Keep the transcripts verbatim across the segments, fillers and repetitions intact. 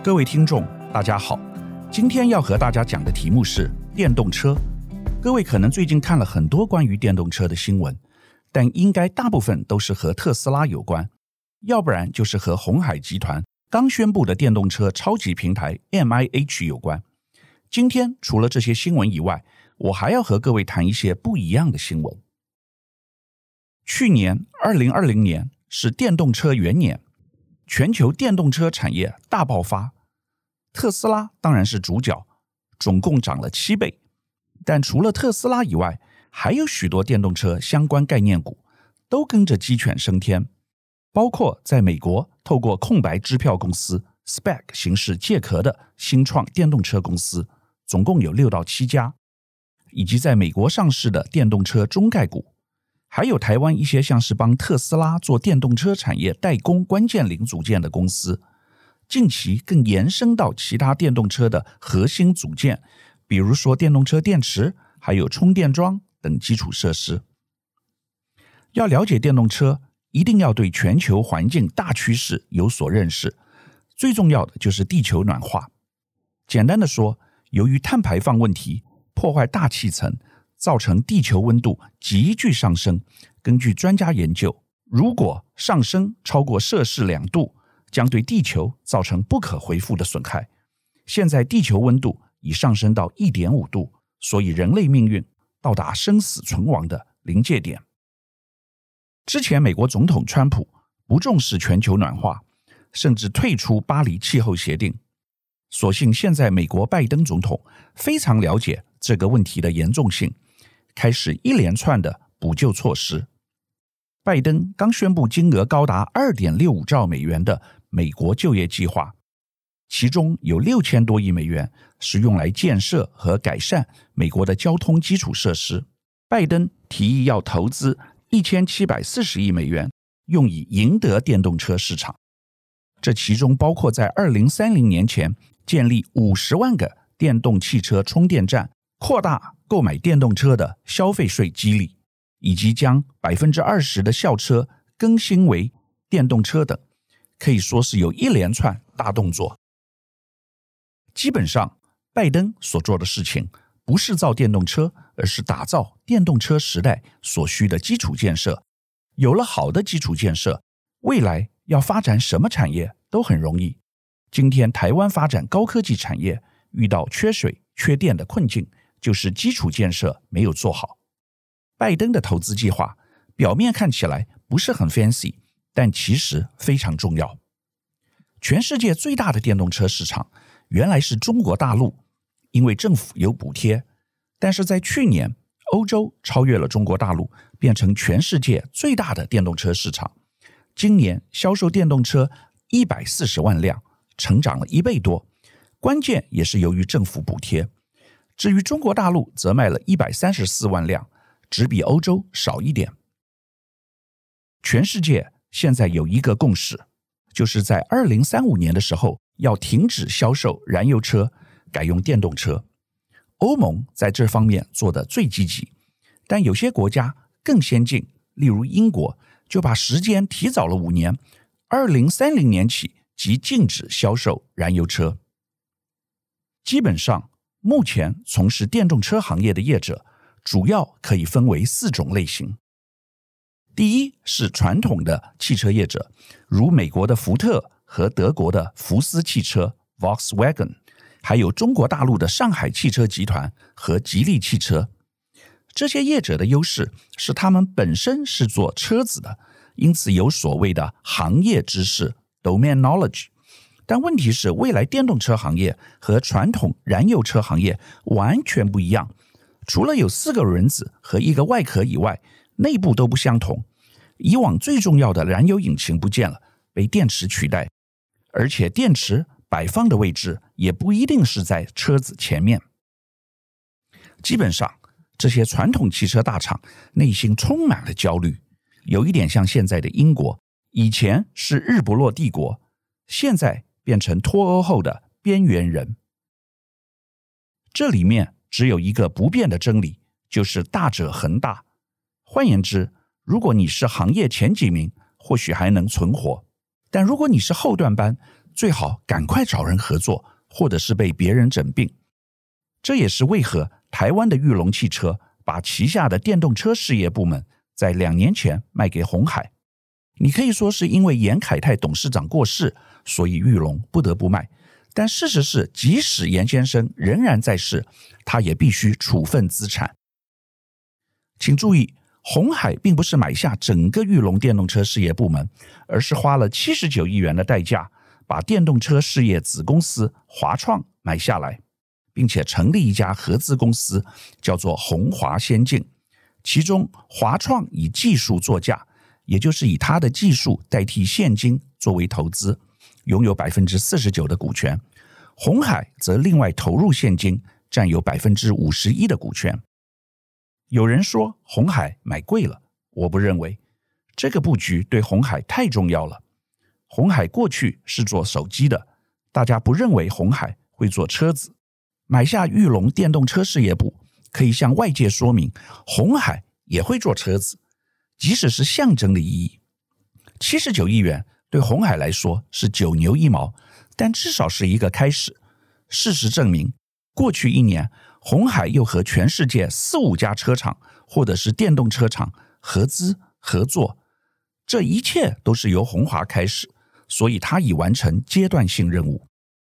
各位听众大家好，今天要和大家讲的题目是电动车。各位可能最近看了很多关于电动车的新闻，但应该大部分都是和特斯拉有关，要不然就是和鸿海集团刚宣布的电动车超级平台 M I H 有关。今天除了这些新闻以外，我还要和各位谈一些不一样的新闻。去年二零二零年是电动车元年，全球电动车产业大爆发，特斯拉当然是主角，总共涨了七倍。但除了特斯拉以外，还有许多电动车相关概念股都跟着鸡犬升天，包括在美国透过空白支票公司 S P A C 形式借壳的新创电动车公司，总共有六到七家，以及在美国上市的电动车中概股，还有台湾一些像是帮特斯拉做电动车产业代工关键零组件的公司，近期更延伸到其他电动车的核心组件，比如说电动车电池，还有充电桩等基础设施。要了解电动车，一定要对全球环境大趋势有所认识，最重要的就是地球暖化。简单的说，由于碳排放问题破坏大气层，造成地球温度急剧上升。根据专家研究，如果上升超过摄氏两度，将对地球造成不可恢复的损害。现在地球温度已上升到 一点五度，所以人类命运到达生死存亡的临界点。之前美国总统川普不重视全球暖化，甚至退出巴黎气候协定。所幸现在美国拜登总统非常了解这个问题的严重性，开始一连串的补救措施。拜登刚宣布金额高达 二点六五兆美元的美国就业计划，其中有六千多亿美元是用来建设和改善美国的交通基础设施。拜登提议要投资一千七百四十亿美元，用以赢得电动车市场。这其中包括在二零三零年前建立五十万个电动汽车充电站，扩大购买电动车的消费税激励，以及将 百分之二十 的校车更新为电动车等，可以说是有一连串大动作。基本上，拜登所做的事情不是造电动车，而是打造电动车时代所需的基础建设。有了好的基础建设，未来要发展什么产业都很容易。今天台湾发展高科技产业遇到缺水、缺电的困境，就是基础建设没有做好。拜登的投资计划表面看起来不是很 fancy， 但其实非常重要。全世界最大的电动车市场原来是中国大陆，因为政府有补贴，但是在去年，欧洲超越了中国大陆，变成全世界最大的电动车市场。今年销售电动车一百四十万辆，成长了一倍多，关键也是由于政府补贴。至于中国大陆则卖了一百三十四万辆，只比欧洲少一点。全世界现在有一个共识，就是在二零三五年的时候要停止销售燃油车，改用电动车。欧盟在这方面做得最积极，但有些国家更先进，例如英国就把时间提早了五年，二零三零年起即禁止销售燃油车。基本上，目前从事电动车行业的业者主要可以分为四种类型。第一是传统的汽车业者，如美国的福特和德国的福斯汽车 Volkswagen， 还有中国大陆的上海汽车集团和吉利汽车。这些业者的优势是他们本身是做车子的，因此有所谓的行业知识 domain knowledge。 但问题是，未来电动车行业和传统燃油车行业完全不一样，除了有四个轮子和一个外壳以外，内部都不相同。以往最重要的燃油引擎不见了，被电池取代，而且电池摆放的位置也不一定是在车子前面。基本上这些传统汽车大厂内心充满了焦虑，有一点像现在的英国，以前是日不落帝国，现在变成脱欧后的边缘人。这里面只有一个不变的真理，就是大者恒大。换言之，如果你是行业前几名，或许还能存活，但如果你是后段班， 最好赶快找人合作，或者是被别人整并。这也是为何台湾的裕隆汽车把旗下的电动车事业部门在两年前卖给鸿海。你可以说是因为严凯泰董事长过世，所以裕隆不得不卖，但事实是，即使严先生仍然在世，他也必须处分资产。请注意，鸿海并不是买下整个裕隆电动车事业部门，而是花了七十九亿元的代价，把电动车事业子公司华创买下来，并且成立一家合资公司，叫做鸿华先进。其中华创以技术作价，也就是以它的技术代替现金作为投资，拥有 百分之四十九 的股权。鸿海则另外投入现金，占有 百分之五十一 的股权。有人说鸿海买贵了，我不认为，这个布局对鸿海太重要了。鸿海过去是做手机的，大家不认为鸿海会做车子。买下裕隆电动车事业部，可以向外界说明鸿海也会做车子，即使是象征的意义。七十九亿元对鸿海来说是九牛一毛，但至少是一个开始。事实证明，过去一年鸿海又和全世界四五家车厂或者是电动车厂合资合作，这一切都是由鸿华开始，所以它已完成阶段性任务。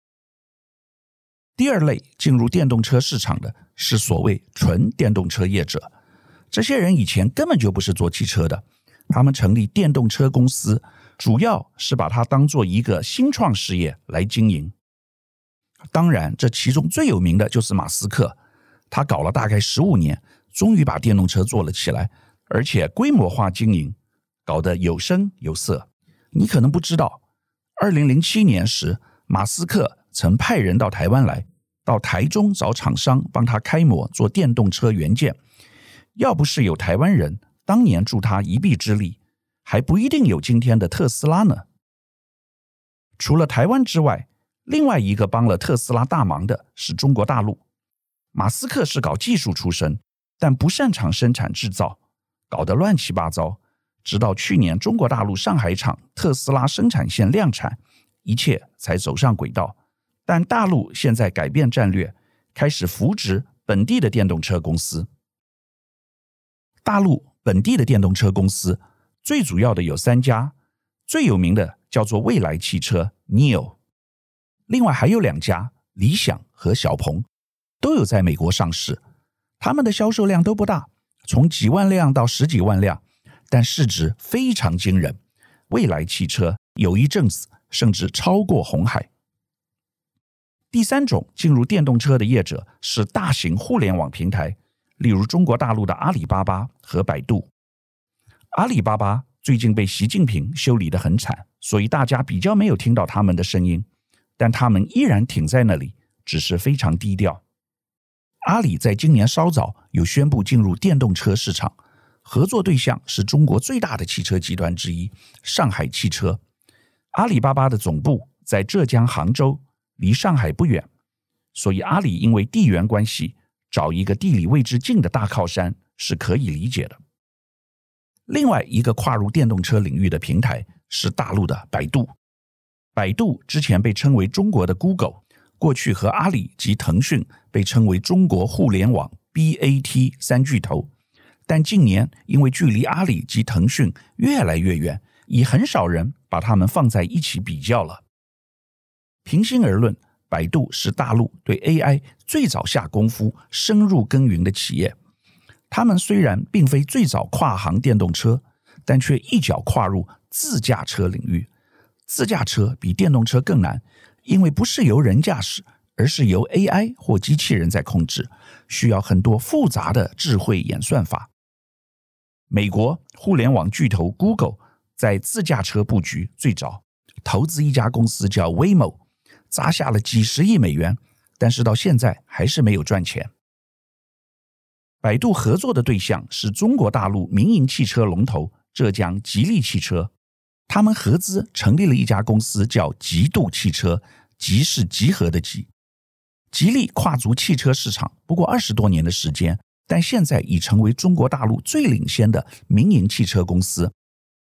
第二类进入电动车市场的是所谓纯电动车业者，这些人以前根本就不是做汽车的，他们成立电动车公司，主要是把它当作一个新创事业来经营。当然，这其中最有名的就是马斯克，他搞了大概十五年，终于把电动车做了起来，而且规模化经营，搞得有声有色。你可能不知道，二零零七年时，马斯克曾派人到台湾来，到台中找厂商帮他开模做电动车元件。要不是有台湾人当年助他一臂之力，还不一定有今天的特斯拉呢。除了台湾之外，另外一个帮了特斯拉大忙的是中国大陆。马斯克是搞技术出身，但不擅长生产制造，搞得乱七八糟。直到去年中国大陆上海厂特斯拉生产线量产，一切才走上轨道。但大陆现在改变战略，开始扶植本地的电动车公司。大陆本地的电动车公司最主要的有三家，最有名的叫做蔚来汽车 N I O， 另外还有两家理想和小鹏，都有在美国上市。他们的销售量都不大，从几万辆到十几万辆，但市值非常惊人。蔚来汽车有一阵子甚至超过鸿海。第三种进入电动车的业者是大型互联网平台，例如中国大陆的阿里巴巴和百度。阿里巴巴最近被习近平修理得很惨，所以大家比较没有听到他们的声音，但他们依然挺在那里，只是非常低调。阿里在今年稍早有宣布进入电动车市场，合作对象是中国最大的汽车集团之一上海汽车。阿里巴巴的总部在浙江杭州，离上海不远，所以阿里因为地缘关系找一个地理位置近的大靠山是可以理解的。另外一个跨入电动车领域的平台是大陆的百度。百度之前被称为中国的 Google， 过去和阿里及腾讯被称为中国互联网 B A T 三巨头，但近年因为距离阿里及腾讯越来越远，已很少人把它们放在一起比较了。平心而论，百度是大陆对 A I 最早下功夫深入耕耘的企业。他们虽然并非最早跨行电动车，但却一脚跨入自驾车领域。自驾车比电动车更难，因为不是由人驾驶，而是由 A I 或机器人在控制，需要很多复杂的智慧演算法。美国互联网巨头 Google 在自驾车布局最早，投资一家公司叫 Waymo， 砸下了几十亿美元，但是到现在还是没有赚钱。百度合作的对象是中国大陆民营汽车龙头浙江吉利汽车，他们合资成立了一家公司叫极度汽车，极是集合的极。吉利跨足汽车市场不过二十多年的时间，但现在已成为中国大陆最领先的民营汽车公司。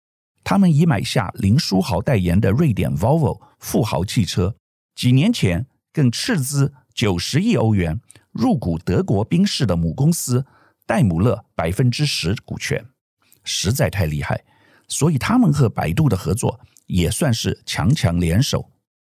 他们已买下林书豪代言的瑞典 Volvo 富豪汽车，几年前更斥资九十亿欧元入股德国宾士的母公司戴姆勒 百分之十 股权，实在太厉害，所以他们和百度的合作也算是强强联手。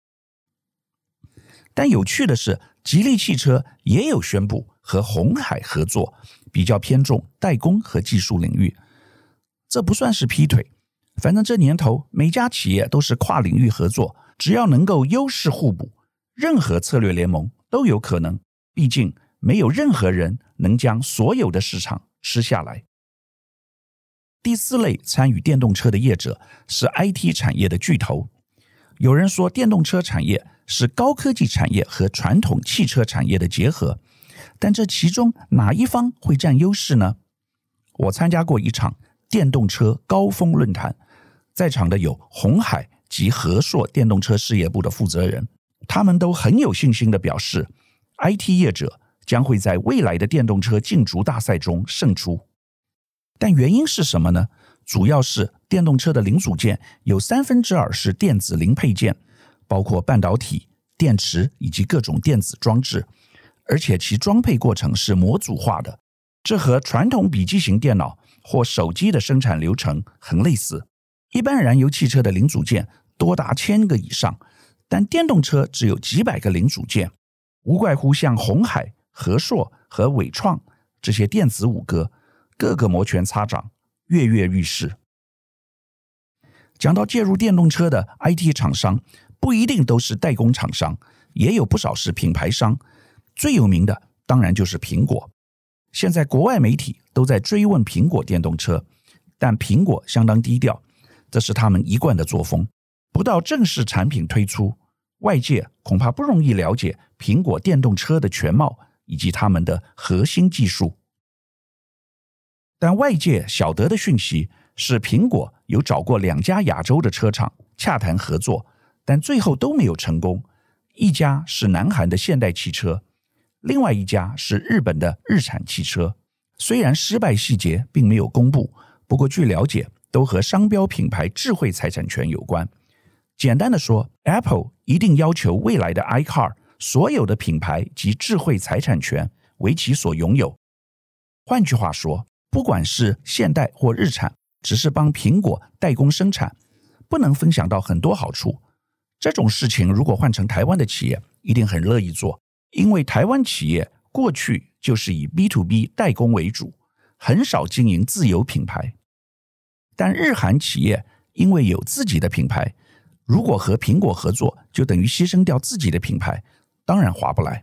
但有趣的是，吉利汽车也有宣布和鸿海合作，比较偏重代工和技术领域。这不算是劈腿，反正这年头每家企业都是跨领域合作，只要能够优势互补，任何策略联盟都有可能，毕竟没有任何人能将所有的市场吃下来。第四类参与电动车的业者是 I T 产业的巨头。有人说电动车产业是高科技产业和传统汽车产业的结合，但这其中哪一方会占优势呢？我参加过一场电动车高峰论坛，在场的有鸿海及和硕电动车事业部的负责人，他们都很有信心地表示 I T 业者将会在未来的电动车竞逐大赛中胜出。但原因是什么呢？主要是电动车的零组件有三分之二是电子零配件，包括半导体、电池以及各种电子装置，而且其装配过程是模组化的，这和传统笔记型电脑或手机的生产流程很类似。一般燃油汽车的零组件多达千个以上，但电动车只有几百个零组件，无怪乎像鸿海、和硕和伟创这些电子五哥，个个摩拳擦掌，跃跃欲试。讲到介入电动车的 I T 厂商，不一定都是代工厂商，也有不少是品牌商。最有名的当然就是苹果。现在国外媒体都在追问苹果电动车，但苹果相当低调，这是他们一贯的作风。不到正式产品推出，外界恐怕不容易了解苹果电动车的全貌以及他们的核心技术。但外界晓得的讯息是，苹果有找过两家亚洲的车厂洽谈合作，但最后都没有成功。一家是南韩的现代汽车，另外一家是日本的日产汽车。虽然失败细节并没有公布，不过据了解都和商标品牌智慧财产权有关。简单的说， Apple 一定要求未来的 iCar 所有的品牌及智慧财产权为其所拥有。换句话说，不管是现代或日产，只是帮苹果代工生产，不能分享到很多好处。这种事情如果换成台湾的企业，一定很乐意做，因为台湾企业过去就是以 B to B 代工为主，很少经营自有品牌。但日韩企业因为有自己的品牌，如果和苹果合作，就等于牺牲掉自己的品牌，当然划不来。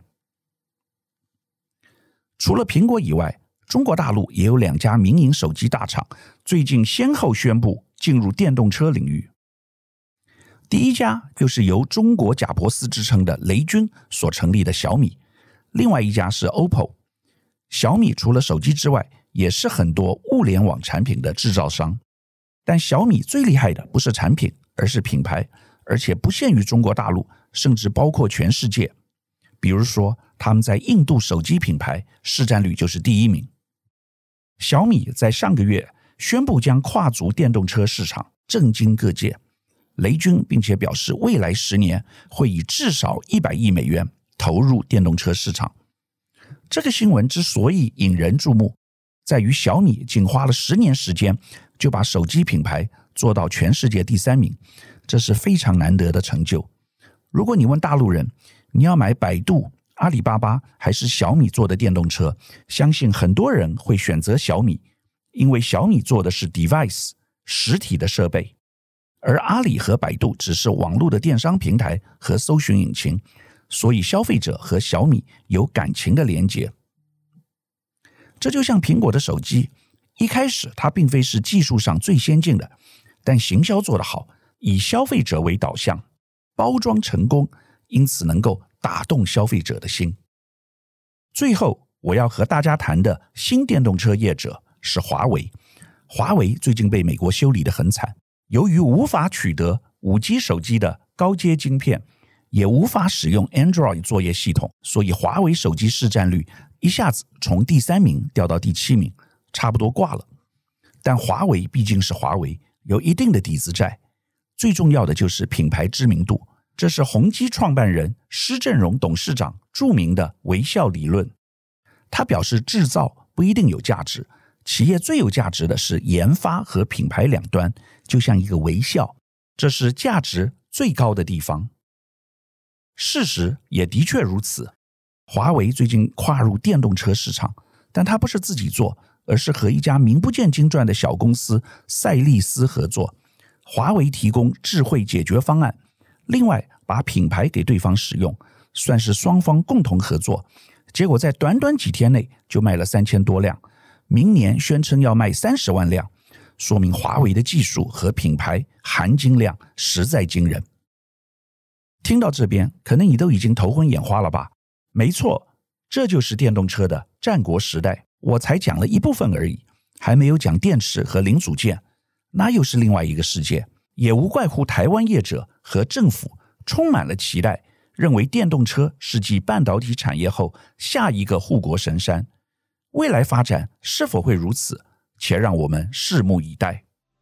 除了苹果以外，中国大陆也有两家民营手机大厂，最近先后宣布进入电动车领域。第一家就是由中国贾伯斯之称的雷军所成立的小米，另外一家是 O P P O。 小米除了手机之外，也是很多物联网产品的制造商。但小米最厉害的不是产品，而是品牌，而且不限于中国大陆，甚至包括全世界。比如说，他们在印度手机品牌市占率就是第一名。小米在上个月宣布将跨足电动车市场，震惊各界。雷军并且表示，未来十年会以至少一百亿美元投入电动车市场。这个新闻之所以引人注目，在于小米仅花了十年时间就把手机品牌做到全世界第三名，这是非常难得的成就。如果你问大陆人，你要买百度、阿里巴巴还是小米做的电动车，相信很多人会选择小米，因为小米做的是 device 实体的设备，而阿里和百度只是网络的电商平台和搜寻引擎，所以消费者和小米有感情的连结。这就像苹果的手机，一开始它并非是技术上最先进的，但行销做得好，以消费者为导向，包装成功，因此能够打动消费者的心。最后我要和大家谈的新电动车业者是华为。华为最近被美国修理得很惨，由于无法取得 五 G 手机的高阶晶片，也无法使用 Android 作业系统，所以华为手机市占率一下子从第三名掉到第七名，差不多挂了。但华为毕竟是华为， 有一定的底子在，最重要的就是品牌知名度。这是宏基创办人施正荣董事长著名的微笑理论。他表示，制造不一定有价值，企业最有价值的是研发和品牌两端，就像一个微笑，这是价值最高的地方。事实也的确如此，华为最近跨入电动车市场，但它不是自己做，而是和一家名不见经传的小公司赛力斯合作。华为提供智慧解决方案，另外把品牌给对方使用，算是双方共同合作。结果在短短几天内就卖了三千多辆，明年宣称要卖三十万辆，说明华为的技术和品牌含金量实在惊人。听到这边，可能你都已经头昏眼花了吧？没错，这就是电动车的战国时代。我才讲了一部分而已，还没有讲电池和零组件，那又是另外一个世界。也无怪乎台湾业者和政府充满了期待，认为电动车是继半导体产业后下一个护国神山。未来发展是否会如此，且让我们拭目以待。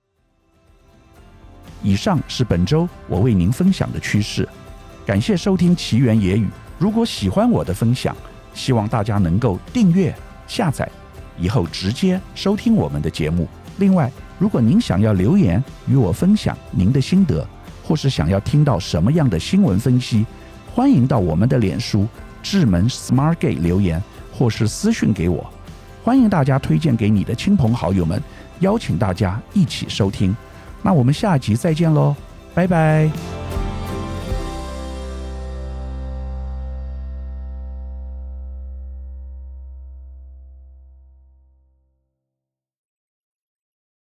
以上是本周我为您分享的趋势，感谢收听奇缘野语。如果喜欢我的分享，希望大家能够订阅、下载，以后直接收听我们的节目。另外，如果您想要留言与我分享您的心得，或是想要听到什么样的新闻分析，欢迎到我们的脸书智门 SmartGate 留言，或是私讯给我。欢迎大家推荐给你的亲朋好友们，邀请大家一起收听。那我们下集再见咯，拜拜。